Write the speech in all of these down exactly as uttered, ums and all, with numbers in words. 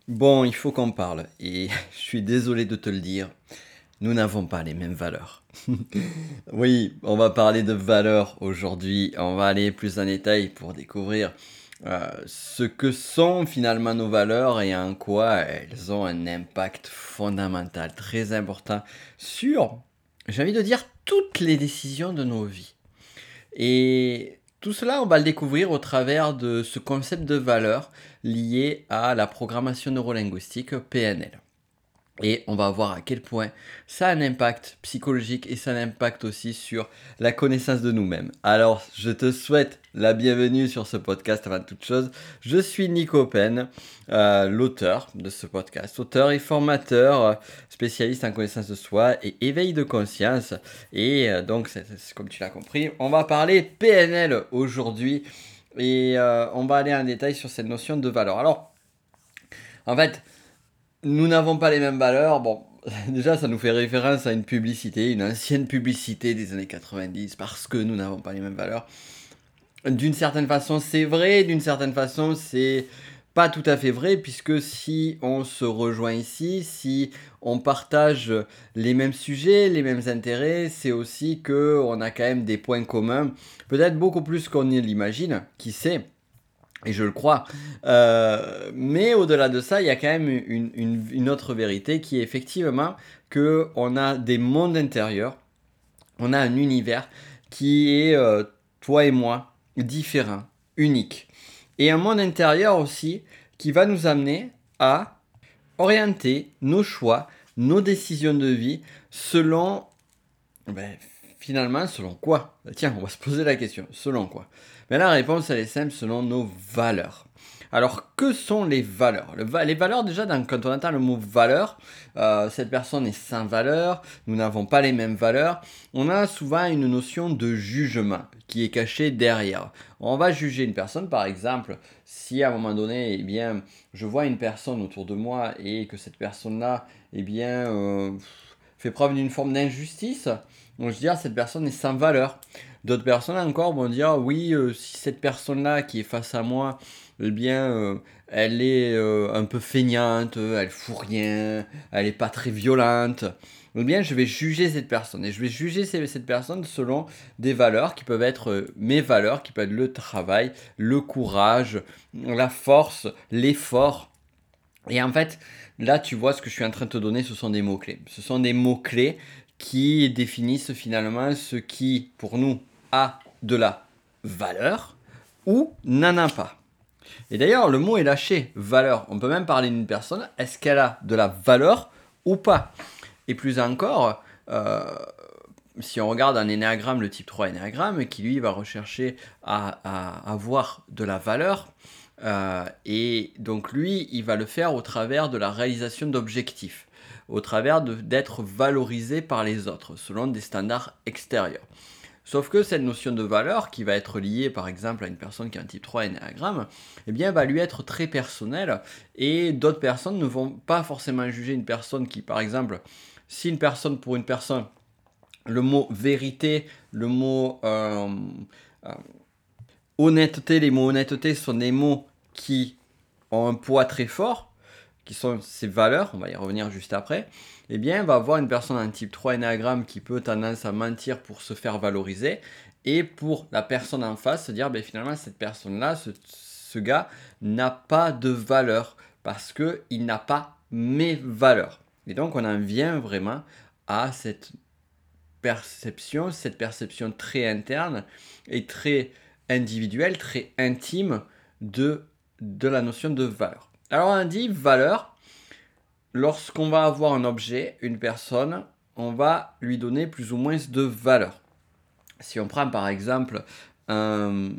Bon, il faut qu'on parle et je suis désolé de te le dire, nous n'avons pas les mêmes valeurs. Oui, on va parler de valeurs aujourd'hui, on va aller plus en détail pour découvrir, heu, ce que sont finalement nos valeurs et en quoi elles ont un impact fondamental, très important sur, j'ai envie de dire, toutes les décisions de nos vies. Et tout cela, on va le découvrir au travers de ce concept de valeur lié à la programmation neurolinguistique P N L. Et on va voir à quel point ça a un impact psychologique et ça a un impact aussi sur la connaissance de nous-mêmes. Alors, je te souhaite la bienvenue sur ce podcast avant toute chose. Je suis Nico Pen, euh, l'auteur de ce podcast, auteur et formateur, euh, spécialiste en connaissance de soi et éveil de conscience. Et euh, donc, c'est, c'est, comme tu l'as compris, on va parler P N L aujourd'hui et euh, on va aller en détail sur cette notion de valeur. Alors, en fait, nous n'avons pas les mêmes valeurs. Bon, déjà, ça nous fait référence à une publicité, une ancienne publicité des années quatre-vingt-dix, parce que nous n'avons pas les mêmes valeurs. D'une certaine façon, c'est vrai, d'une certaine façon, c'est pas tout à fait vrai, puisque si on se rejoint ici, si on partage les mêmes sujets, les mêmes intérêts, c'est aussi que on a quand même des points communs, peut-être beaucoup plus qu'on ne l'imagine, qui sait. Et je le crois. Euh, mais au-delà de ça, il y a quand même une, une- une autre vérité qui est effectivement qu'on a des mondes intérieurs, on a un univers qui est, euh, toi et moi, différent, unique. Et un monde intérieur aussi qui va nous amener à orienter nos choix, nos décisions de vie selon, ben, finalement, selon quoi? Tiens, on va se poser la question. Selon quoi? Mais la réponse, elle est simple, selon nos valeurs. Alors, que sont les valeurs? Le va- Les valeurs, déjà, dans- quand on entend le mot valeur, euh, cette personne est sans valeur, nous n'avons pas les mêmes valeurs, on a souvent une notion de jugement qui est cachée derrière. On va juger une personne, par exemple, si à un moment donné, eh bien, je vois une personne autour de moi et que cette personne-là, eh bien, euh, fait preuve d'une forme d'injustice, donc je veux dire, cette personne est sans valeur. D'autres personnes encore vont dire, oui, euh, si cette personne-là qui est face à moi, eh bien, euh, elle est euh, un peu feignante, elle fout rien, elle est pas très violente, eh bien, je vais juger cette personne. Et je vais juger cette personne selon des valeurs qui peuvent être euh, mes valeurs, qui peuvent être le travail, le courage, la force, l'effort. Et en fait, là, tu vois ce que je suis en train de te donner, ce sont des mots-clés. Ce sont des mots-clés qui définissent finalement ce qui, pour nous, a de la valeur ou n'en a pas. Et d'ailleurs, le mot est lâché, valeur. On peut même parler d'une personne, est-ce qu'elle a de la valeur ou pas? Et plus encore, euh, si on regarde un énéagramme, le type trois énéagramme, qui lui va rechercher à, à avoir de la valeur, euh, et donc lui, il va le faire au travers de la réalisation d'objectifs, au travers de- d'être valorisé par les autres, selon des standards extérieurs. Sauf que cette notion de valeur, qui va être liée par exemple à une personne qui a un type trois énéagramme, eh bien, va lui être très personnelle, et d'autres personnes ne vont pas forcément juger une personne qui, par exemple, si une personne, pour une personne, le mot vérité, le mot euh, euh, honnêteté, les mots honnêteté sont des mots qui ont un poids très fort, qui sont ces valeurs, on va y revenir juste après, eh bien, va avoir une personne en type trois énéagramme qui peut tendance à mentir pour se faire valoriser, et pour la personne en face, se dire, ben, finalement, cette personne-là, ce, ce gars, n'a pas de valeur, parce qu'il n'a pas mes valeurs. Et donc, on en vient vraiment à cette perception, cette perception très interne et très individuelle, très intime de, de la notion de valeur. Alors on dit valeur, lorsqu'on va avoir un objet, une personne, on va lui donner plus ou moins de valeur. Si on prend par exemple un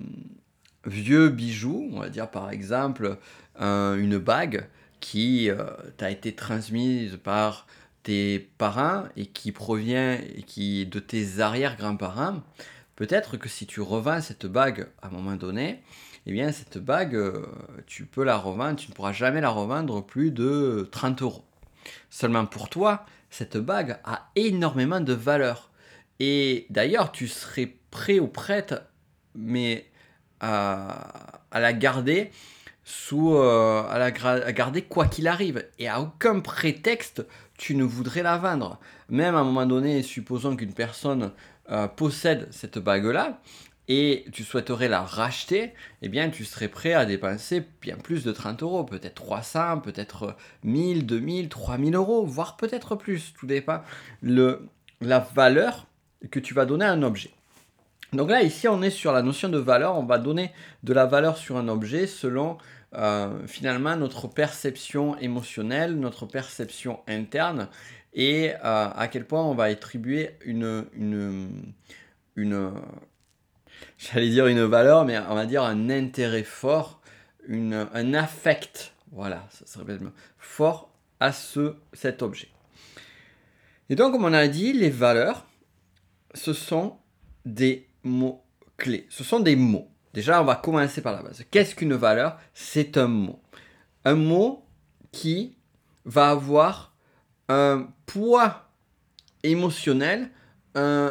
vieux bijou, on va dire par exemple un- une bague qui euh, t'a été transmise par tes parents et qui provient et qui de tes arrière-grands-parents, peut-être que si tu revends cette bague à un moment donné, eh bien cette bague, euh, tu peux la revendre, tu ne pourras jamais la revendre plus de trente euros. Seulement pour toi, cette bague a énormément de valeur. Et d'ailleurs, tu serais prêt ou prête, mais à, à la garder sous, euh, à la gra- à garder quoi qu'il arrive. Et à aucun prétexte, tu ne voudrais la vendre. Même à un moment donné, supposons qu'une personne euh, possède cette bague-là et tu souhaiterais la racheter, eh bien, tu serais prêt à dépenser bien plus de trente euros, peut-être trois cents, peut-être mille, deux mille, trois mille euros, voire peut-être plus. Tout dépend le, la valeur que tu vas donner à un objet. Donc là, ici, on est sur la notion de valeur. On va donner de la valeur sur un objet selon euh, finalement notre perception émotionnelle, notre perception interne et euh, à quel point on va attribuer une, une, une, j'allais dire une valeur, mais on va dire un intérêt fort, une, un affect, voilà, ça serait bien fort à ce, cet objet. Et donc, comme on a dit, les valeurs, ce sont des mots clés. Ce sont des mots. Déjà, on va commencer par la base. Qu'est-ce qu'une valeur? C'est un mot. Un mot qui va avoir un poids émotionnel, un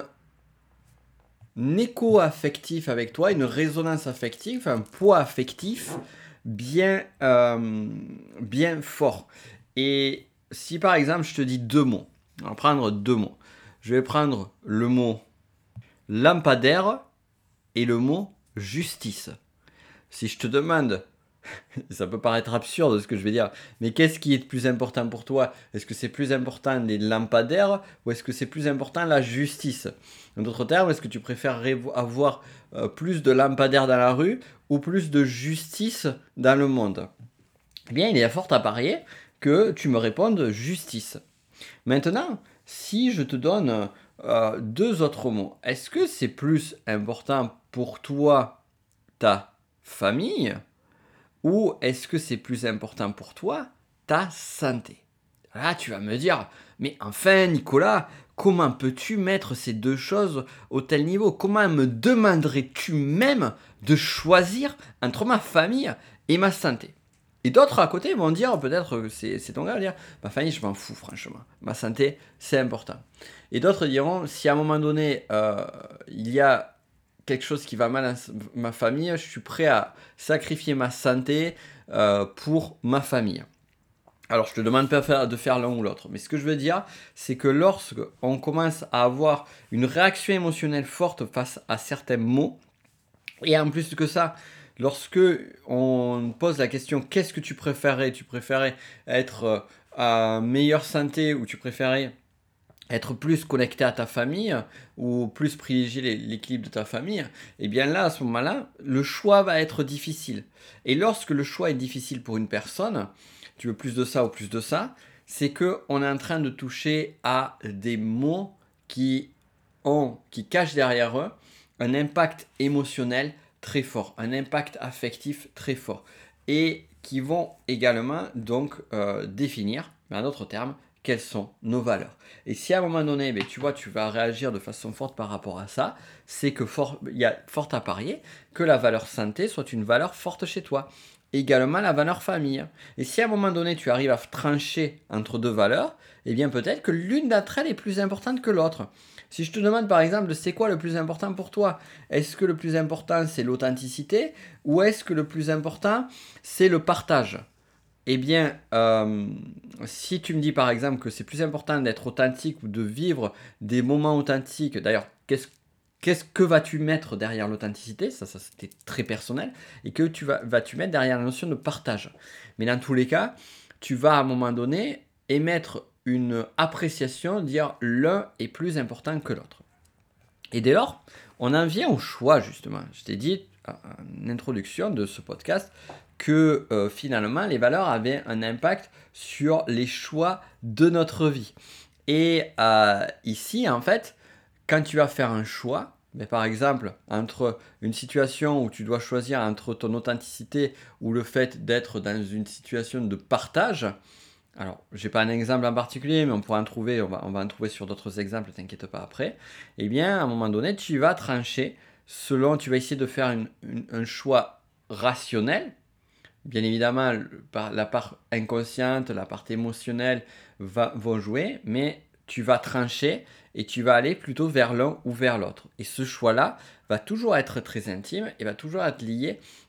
écho affectif avec toi, une résonance affective, un poids affectif bien, euh, bien fort. Et si par exemple je te dis deux mots, on va prendre deux mots. Je vais prendre le mot lampadaire et le mot justice. Si je te demande, ça peut paraître absurde ce que je vais dire, mais qu'est-ce qui est plus important pour toi? Est-ce que c'est plus important les lampadaires ou est-ce que c'est plus important la justice? En d'autres termes, est-ce que tu préférerais avoir euh, plus de lampadaires dans la rue ou plus de justice dans le monde? Eh bien, il est fort à parier que tu me répondes justice. Maintenant, si je te donne euh, deux autres mots, est-ce que c'est plus important pour toi ta famille ou est-ce que c'est plus important pour toi ta santé? Là, tu vas me dire, mais enfin Nicolas, comment peux-tu mettre ces deux choses au tel niveau? Comment me demanderais-tu même de choisir entre ma famille et ma santé? Et d'autres à côté vont dire, peut-être que c'est, c'est ton gars, dire, ma famille, je m'en fous, franchement. Ma santé, c'est important. Et d'autres diront, si à un moment donné, euh, il y a quelque chose qui va mal à ma famille, je suis prêt à sacrifier ma santé euh, pour ma famille. Alors, je te demande pas de faire l'un ou l'autre, mais ce que je veux dire, c'est que lorsqu'on commence à avoir une réaction émotionnelle forte face à certains mots, et en plus que ça, lorsque on pose la question qu'est-ce que tu préférais, tu préférais être à meilleure santé ou tu préférais être plus connecté à ta famille ou plus privilégier l'équilibre de ta famille, et bien là, à ce moment-là, le choix va être difficile. Et lorsque le choix est difficile pour une personne, tu veux plus de ça ou plus de ça, c'est qu'on est en train de toucher à des mots qui ont, qui cachent derrière eux un impact émotionnel très fort, un impact affectif très fort, et qui vont également donc euh, définir, mais en d'autres termes, quelles sont nos valeurs. Et si à un moment donné, ben, tu vois, tu vas réagir de façon forte par rapport à ça, c'est que fort, il y a fort à parier que la valeur santé soit une valeur forte chez toi. Également la valeur famille. Et si à un moment donné, tu arrives à trancher entre deux valeurs, eh bien peut-être que l'une d'entre elles est plus importante que l'autre. Si je te demande par exemple, c'est quoi le plus important pour toi? Est-ce que le plus important, c'est l'authenticité ou est-ce que le plus important, c'est le partage? Eh bien, euh, si tu me dis par exemple que c'est plus important d'être authentique ou de vivre des moments authentiques, d'ailleurs, qu'est-ce, qu'est-ce que vas-tu mettre derrière l'authenticité? Ça, ça c'était très personnel. Et que tu vas, vas-tu mettre derrière la notion de partage? Mais dans tous les cas, tu vas à un moment donné émettre une appréciation, dire l'un est plus important que l'autre. Et dès lors, on en vient au choix justement. Je t'ai dit en introduction de ce podcast que euh, finalement les valeurs avaient un impact sur les choix de notre vie. Et euh, ici, en fait, quand tu vas faire un choix, mais par exemple, entre une situation où tu dois choisir entre ton authenticité ou le fait d'être dans une situation de partage, alors, je n'ai pas un exemple en particulier, mais on pourra en trouver, on va, on va en trouver sur d'autres exemples, t'inquiète pas après. Eh bien, à un moment donné, tu vas trancher selon, tu vas essayer de faire une, une, un choix rationnel. Bien évidemment, la part inconsciente, la part émotionnelle va, vont jouer, mais tu vas trancher et tu vas aller plutôt vers l'un ou vers l'autre. Et ce choix-là va toujours être très intime et va toujours être lié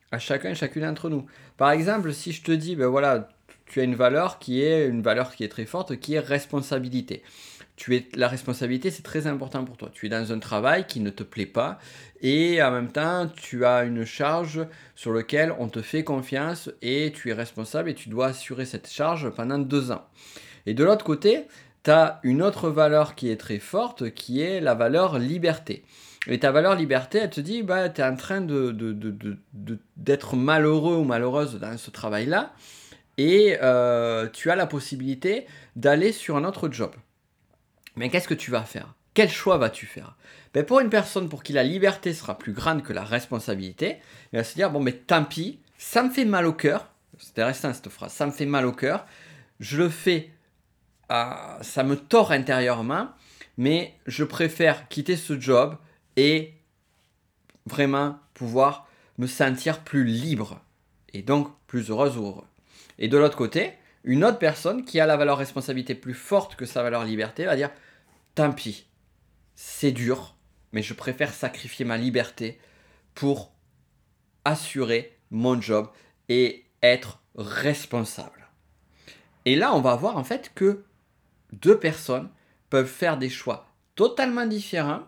à chacun et chacune d'entre nous. Par exemple, si je te dis, ben voilà, tu as une valeur qui est une valeur qui est très forte, qui est responsabilité. Tu es, la responsabilité, c'est très important pour toi. Tu es dans un travail qui ne te plaît pas et en même temps, tu as une charge sur laquelle on te fait confiance et tu es responsable et tu dois assurer cette charge pendant deux ans. Et de l'autre côté, tu as une autre valeur qui est très forte, qui est la valeur liberté. Et ta valeur liberté, elle te dit, bah, tu es en train de, de, de, de, de, d'être malheureux ou malheureuse dans ce travail-là, et euh, tu as la possibilité d'aller sur un autre job. Mais qu'est-ce que tu vas faire? Quel choix vas-tu faire? Ben pour une personne pour qui la liberté sera plus grande que la responsabilité, il va se dire, bon mais tant pis, ça me fait mal au cœur, c'est intéressant cette phrase, ça me fait mal au cœur, je le fais, euh, ça me tord intérieurement, mais je préfère quitter ce job et vraiment pouvoir me sentir plus libre et donc plus heureuse ou heureux. Et de l'autre côté, une autre personne qui a la valeur responsabilité plus forte que sa valeur liberté va dire tant pis, c'est dur, mais je préfère sacrifier ma liberté pour assurer mon job et être responsable. Et là, on va voir en fait que deux personnes peuvent faire des choix totalement différents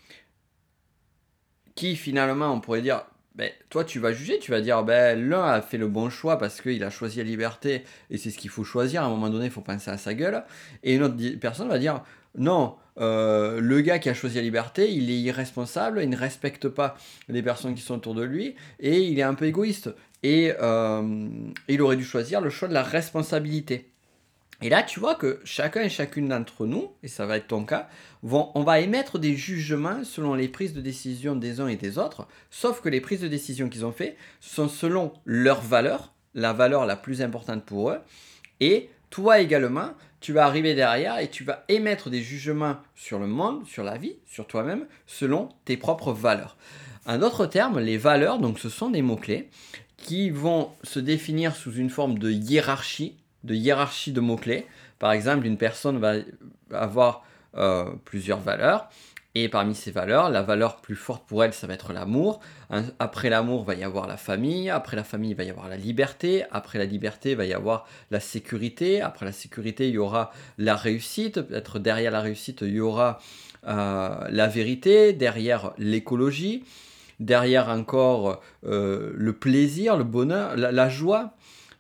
qui finalement, on pourrait dire, ben, toi tu vas juger, tu vas dire, ben, l'un a fait le bon choix parce qu'il a choisi la liberté et c'est ce qu'il faut choisir, à un moment donné il faut penser à sa gueule, et une autre personne va dire, non, euh, le gars qui a choisi la liberté, il est irresponsable, il ne respecte pas les personnes qui sont autour de lui et il est un peu égoïste, et euh, il aurait dû choisir le choix de la responsabilité. Et là, tu vois que chacun et chacune d'entre nous, et ça va être ton cas, vont, on va émettre des jugements selon les prises de décision des uns et des autres, sauf que les prises de décision qu'ils ont faites sont selon leur valeur, la valeur la plus importante pour eux, et toi également, tu vas arriver derrière et tu vas émettre des jugements sur le monde, sur la vie, sur toi-même, selon tes propres valeurs. En d'autres termes, les valeurs, donc ce sont des mots-clés qui vont se définir sous une forme de hiérarchie, de hiérarchie de mots-clés. Par exemple, une personne va avoir euh, plusieurs valeurs. Et parmi ces valeurs, la valeur plus forte pour elle, ça va être l'amour. Après l'amour, il va y avoir la famille. Après la famille, il va y avoir la liberté. Après la liberté, il va y avoir la sécurité. Après la sécurité, il y aura la réussite. Peut-être derrière la réussite, il y aura euh, la vérité. Derrière l'écologie. Derrière encore euh, le plaisir, le bonheur, la, la joie.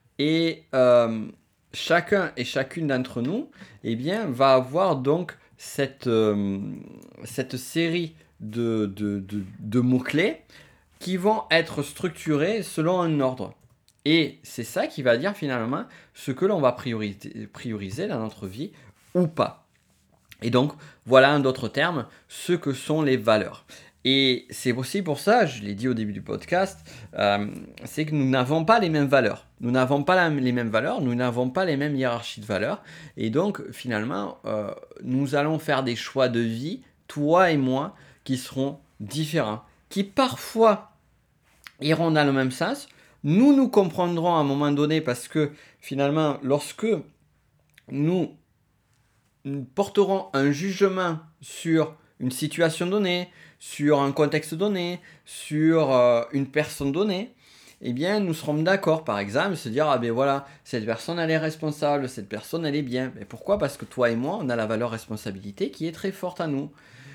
Et euh, chacun et chacune d'entre nous, eh bien, va avoir donc cette, euh, cette série de, de, de, de mots-clés qui vont être structurés selon un ordre. Et c'est ça qui va dire finalement ce que l'on va prioriser, prioriser dans notre vie ou pas. Et donc, voilà en d'autres termes ce que sont les valeurs. Et c'est aussi pour ça, je l'ai dit au début du podcast, euh, c'est que nous n'avons pas les mêmes valeurs. Nous n'avons pas la, les mêmes valeurs, nous n'avons pas les mêmes hiérarchies de valeurs. Et donc, finalement, euh, nous allons faire des choix de vie, toi et moi, qui seront différents, qui parfois iront dans le même sens. Nous nous comprendrons à un moment donné parce que finalement, lorsque nous nous porterons un jugement sur une situation donnée, sur un contexte donné, sur euh, une personne donnée, eh bien, nous serons d'accord, par exemple, se dire, ah ben voilà, cette personne, elle est responsable, cette personne, elle est bien. Mais pourquoi? Parce que toi et moi, on a la valeur responsabilité qui est très forte à nous.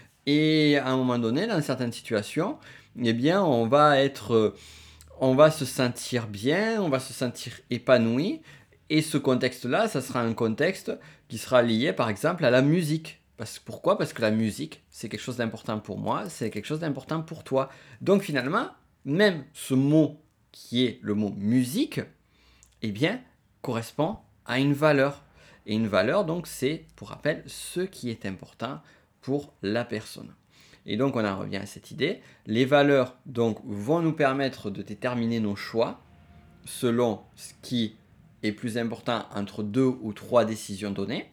Et à un moment donné, dans certaines situations, eh bien, on va être, euh, on va se sentir bien, on va se sentir épanoui. Et ce contexte-là, ça sera un contexte qui sera lié, par exemple, à la musique. Parce, pourquoi? Parce que la musique, c'est quelque chose d'important pour moi, c'est quelque chose d'important pour toi. Donc finalement, même ce mot qui est le mot musique, eh bien, correspond à une valeur. Et une valeur, donc, c'est, pour rappel, ce qui est important pour la personne. Et donc, on en revient à cette idée. Les valeurs, donc, vont nous permettre de déterminer nos choix selon ce qui est plus important entre deux ou trois décisions données.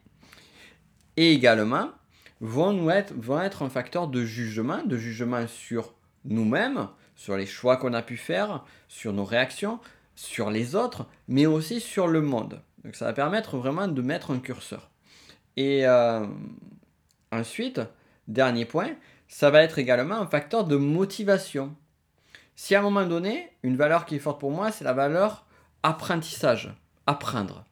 Et également, vont, nous être, vont être un facteur de jugement, de jugement sur nous-mêmes, sur les choix qu'on a pu faire, sur nos réactions, sur les autres, mais aussi sur le monde. Donc ça va permettre vraiment de mettre un curseur. Et euh, ensuite, dernier point, ça va être également un facteur de motivation. Si à un moment donné, une valeur qui est forte pour moi, c'est la valeur apprentissage, apprendre.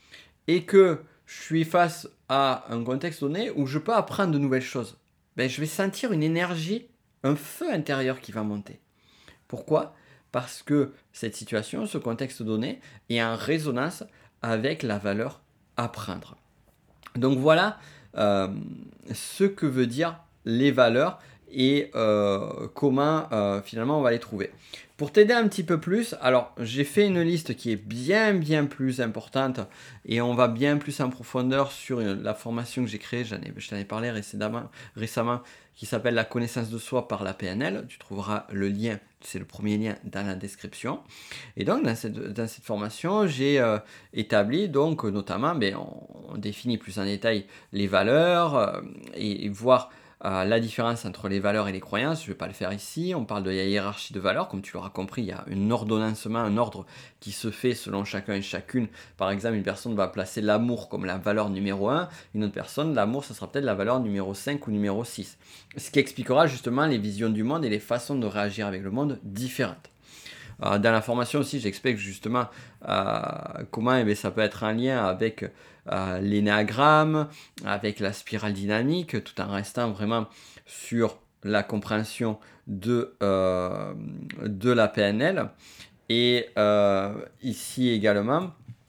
Et que je suis face à un contexte donné où je peux apprendre de nouvelles choses, ben, je vais sentir une énergie, un feu intérieur qui va monter. Pourquoi? Parce que cette situation, ce contexte donné, est en résonance avec la valeur apprendre. Donc voilà euh, ce que veut dire les valeurs et euh, comment euh, finalement on va les trouver. Pour t'aider un petit peu plus, alors j'ai fait une liste qui est bien bien plus importante et on va bien plus en profondeur sur la formation que j'ai créée, j'en ai, je t'en ai parlé récemment, récemment qui s'appelle la connaissance de soi par la P N L. Tu trouveras le lien, c'est le premier lien dans la description. Et donc dans cette, dans cette formation, j'ai euh, établi donc notamment, ben, on, on définit plus en détail les valeurs euh, et, et voir euh, la différence entre les valeurs et les croyances. Je ne vais pas le faire ici. On parle de la hiérarchie de valeurs. Comme tu l'auras compris, il y a un ordonnancement, un ordre qui se fait selon chacun et chacune. Par exemple, une personne va placer l'amour comme la valeur numéro un. Une autre personne, l'amour, ça sera peut-être la valeur numéro cinq ou numéro six. Ce qui expliquera justement les visions du monde et les façons de réagir avec le monde différentes. Euh, dans la formation aussi, j'explique justement euh, comment eh bien, ça peut être en lien avec euh, l'énéagramme, avec la spirale dynamique, tout en restant vraiment sur la compréhension de, euh, de la P N L. Et euh, ici également,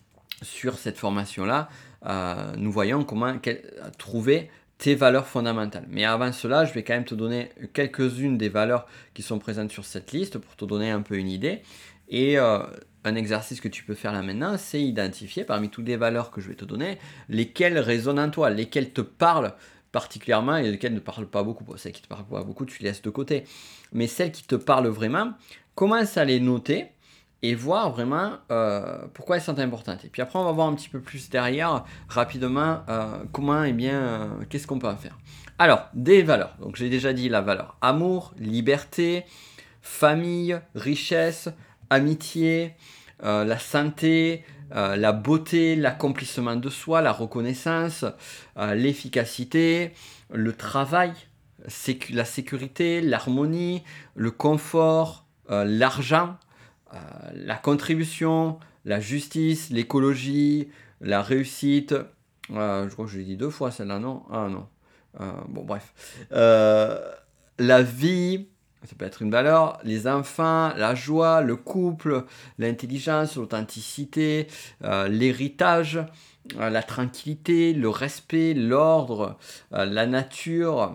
sur cette formation-là, euh, nous voyons comment trouver tes valeurs fondamentales. Mais avant cela, je vais quand même te donner quelques-unes des valeurs qui sont présentes sur cette liste pour te donner un peu une idée. Et euh, un exercice que tu peux faire là maintenant, c'est identifier parmi toutes les valeurs que je vais te donner, lesquelles résonnent en toi, lesquelles te parlent particulièrement et lesquelles ne parlent pas beaucoup. Bon, celles qui ne te parlent pas beaucoup, tu les laisses de côté. Mais celles qui te parlent vraiment, commence à les noter et voir vraiment euh, pourquoi elles sont importantes. Et puis après, on va voir un petit peu plus derrière, rapidement, euh, comment, et eh bien, euh, qu'est-ce qu'on peut en faire. Alors, des valeurs. Donc, j'ai déjà dit la valeur amour, liberté, famille, richesse, amitié, euh, la santé, euh, la beauté, l'accomplissement de soi, la reconnaissance, euh, l'efficacité, le travail, sécu- la sécurité, l'harmonie, le confort, euh, l'argent, euh, la contribution, la justice, l'écologie, la réussite. Euh, je crois que je l'ai dit deux fois celle-là, non? Ah non. Euh, bon, bref. Euh, la vie, ça peut être une valeur. Les enfants, la joie, le couple, l'intelligence, l'authenticité, euh, l'héritage, euh, la tranquillité, le respect, l'ordre, euh, la nature,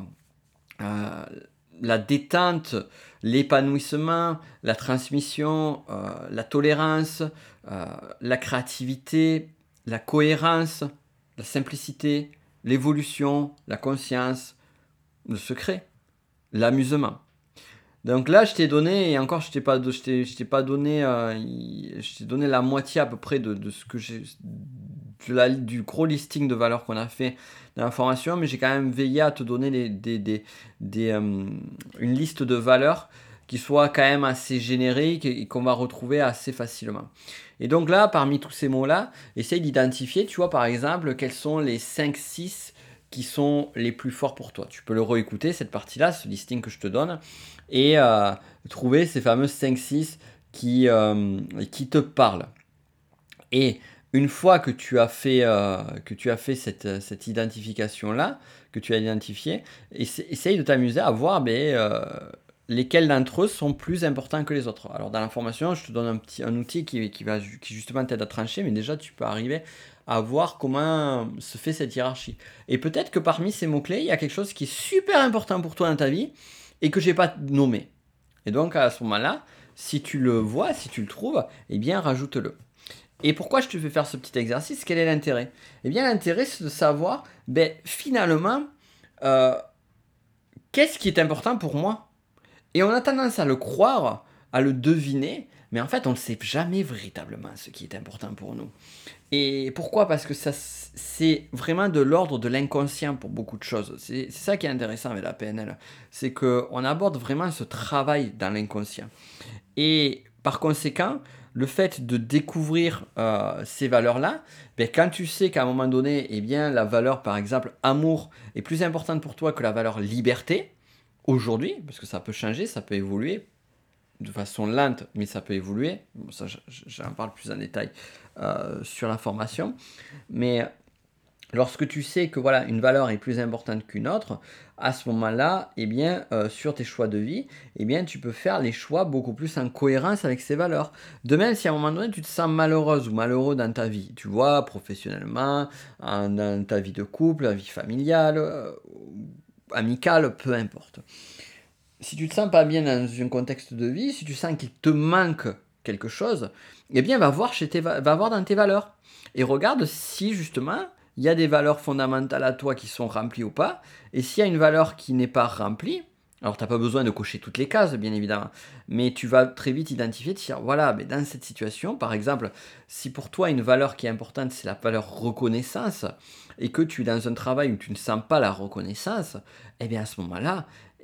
euh, la détente, l'épanouissement, la transmission, euh, la tolérance, euh, la créativité, la cohérence, la simplicité, l'évolution, la conscience, le secret, l'amusement. Donc là, je t'ai donné, et encore, je t'ai pas, je t'ai, je t'ai pas donné, euh, je t'ai donné la moitié à peu près de, de ce que j'ai, de la- du gros listing de valeurs qu'on a fait dans la formation, mais j'ai quand même veillé à te donner des, des, des, des, euh, une liste de valeurs qui soit quand même assez générique et qu'on va retrouver assez facilement. Et donc là, parmi tous ces mots-là, essaye d'identifier, tu vois, par exemple, quels sont les cinq six qui sont les plus forts pour toi. Tu peux le réécouter, cette partie-là, ce listing que je te donne, et euh, trouver ces fameuses cinq six qui, euh, qui te parlent. Et une fois que tu as fait, euh, que tu as fait cette, cette identification-là, que tu as identifié, essaye de t'amuser à voir ben, euh, lesquels d'entre eux sont plus importants que les autres. Alors dans la formation, je te donne un, petit, un outil qui, qui, va, qui justement t'aide à trancher, mais déjà tu peux arriver à voir comment se fait cette hiérarchie. Et peut-être que parmi ces mots-clés, il y a quelque chose qui est super important pour toi dans ta vie et que je n'ai pas nommé. Et donc à ce moment-là, si tu le vois, si tu le trouves, eh bien rajoute-le. Et pourquoi je te fais faire ce petit exercice? Quel est l'intérêt? Eh bien l'intérêt c'est de savoir, ben, finalement, euh, qu'est-ce qui est important pour moi? Et on a tendance à le croire, à le deviner, mais en fait on ne sait jamais véritablement ce qui est important pour nous. Et pourquoi? Parce que ça, c'est vraiment de l'ordre de l'inconscient pour beaucoup de choses. C'est, c'est ça qui est intéressant avec la P N L. C'est qu'on aborde vraiment ce travail dans l'inconscient. Et par conséquent, le fait de découvrir euh, ces valeurs-là, ben, quand tu sais qu'à un moment donné, eh bien, la valeur, par exemple, amour, est plus importante pour toi que la valeur liberté, aujourd'hui, parce que ça peut changer, ça peut évoluer, de façon lente, mais ça peut évoluer. Bon, ça, j'en parle plus en détail euh, sur la formation. Mais lorsque tu sais que voilà, une valeur est plus importante qu'une autre, à ce moment-là, eh bien, euh, sur tes choix de vie, eh bien, tu peux faire les choix beaucoup plus en cohérence avec ces valeurs. De même, si à un moment donné, tu te sens malheureuse ou malheureux dans ta vie, tu vois, professionnellement, en- dans ta vie de couple, la vie familiale, euh, amicale, peu importe. Si tu te sens pas bien dans un contexte de vie, si tu sens qu'il te manque quelque chose, eh bien, va voir, chez tes, va va voir dans tes valeurs. Et regarde si justement, il y a des valeurs fondamentales à toi qui sont remplies ou pas. Et s'il y a une valeur qui n'est pas remplie, alors tu n'as pas besoin de cocher toutes les cases, bien évidemment, mais tu vas très vite identifier, te dire, voilà, mais dans cette situation, par exemple, si pour toi une valeur qui est importante, c'est la valeur reconnaissance, et que tu es dans un travail où tu ne sens pas la reconnaissance, eh bien à ce moment-là,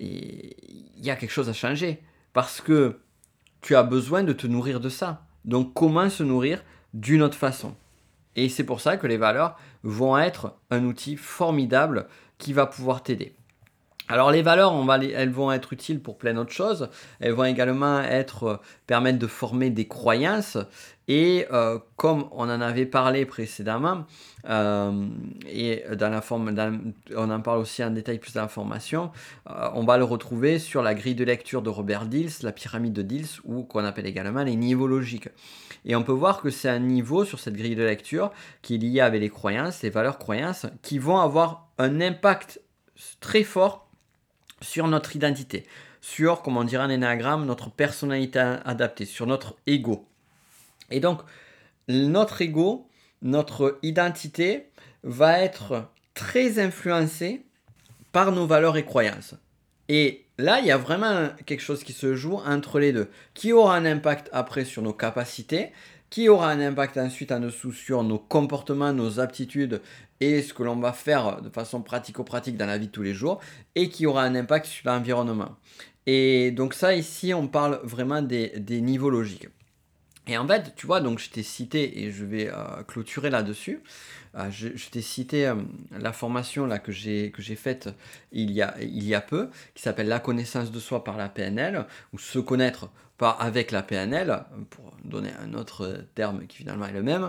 il y a quelque chose à changer. Parce que tu as besoin de te nourrir de ça. Donc comment se nourrir d'une autre façon? Et c'est pour ça que les valeurs vont être un outil formidable qui va pouvoir t'aider. Alors les valeurs, on va les- elles vont être utiles pour plein d'autres choses. Elles vont également être, euh, permettre de former des croyances. Et euh, comme on en avait parlé précédemment, euh, et dans la forme, dans- on en parle aussi en détail plus dans la formation, euh, on va le retrouver sur la grille de lecture de Robert Dills, la pyramide de Dills, ou qu'on appelle également les niveaux logiques. Et on peut voir que c'est un niveau sur cette grille de lecture qui est lié avec les croyances, les valeurs croyances, qui vont avoir un impact très fort sur notre identité, sur, comme on dirait en énagramme, notre personnalité adaptée, sur notre ego. Et donc, notre ego, notre identité va être très influencée par nos valeurs et croyances. Et là, il y a vraiment quelque chose qui se joue entre les deux, qui aura un impact après sur nos capacités, qui aura un impact ensuite en dessous sur nos comportements, nos aptitudes et ce que l'on va faire de façon pratico-pratique dans la vie de tous les jours, et qui aura un impact sur l'environnement. Et donc ça, ici, on parle vraiment des, des niveaux logiques. Et en fait, tu vois, donc je t'ai cité, et je vais euh, clôturer là-dessus, euh, je, je t'ai cité euh, la formation là, que j'ai que j'ai faite il y a, il y a peu, qui s'appelle La connaissance de soi par la P N L, ou se connaître par, avec la P N L, pour donner un autre terme qui finalement est le même.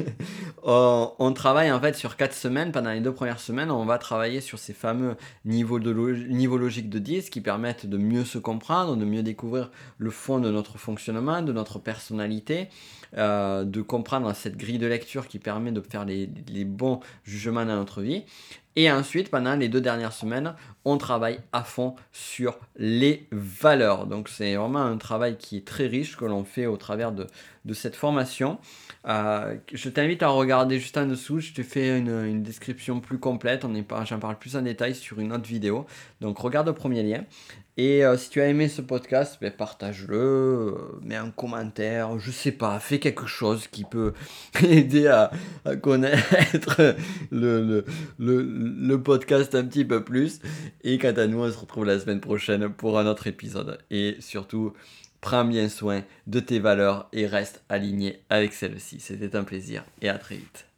on, on travaille en fait sur quatre semaines. Pendant les deux premières semaines, on va travailler sur ces fameux niveaux, de log- niveaux logiques de dix qui permettent de mieux se comprendre, de mieux découvrir le fond de notre fonctionnement, de notre personnalité, euh, de comprendre cette grille de lecture qui permet de faire les, les bons jugements dans notre vie. Et ensuite, pendant les deux dernières semaines, on travaille à fond sur les valeurs. Donc c'est vraiment un travail qui est très riche que l'on fait au travers de, de cette formation. Euh, je t'invite à regarder juste en dessous, je te fais une, une description plus complète, on est pas, j'en parle plus en détail sur une autre vidéo. Donc regarde le premier lien. Et euh, si tu as aimé ce podcast, ben, partage-le, euh, mets un commentaire, je sais pas, fais quelque chose qui peut aider à, à connaître le, le, le, le podcast un petit peu plus. Et quant à nous, on se retrouve la semaine prochaine pour un autre épisode. Et surtout, prends bien soin de tes valeurs et reste aligné avec celles-ci. C'était un plaisir et à très vite.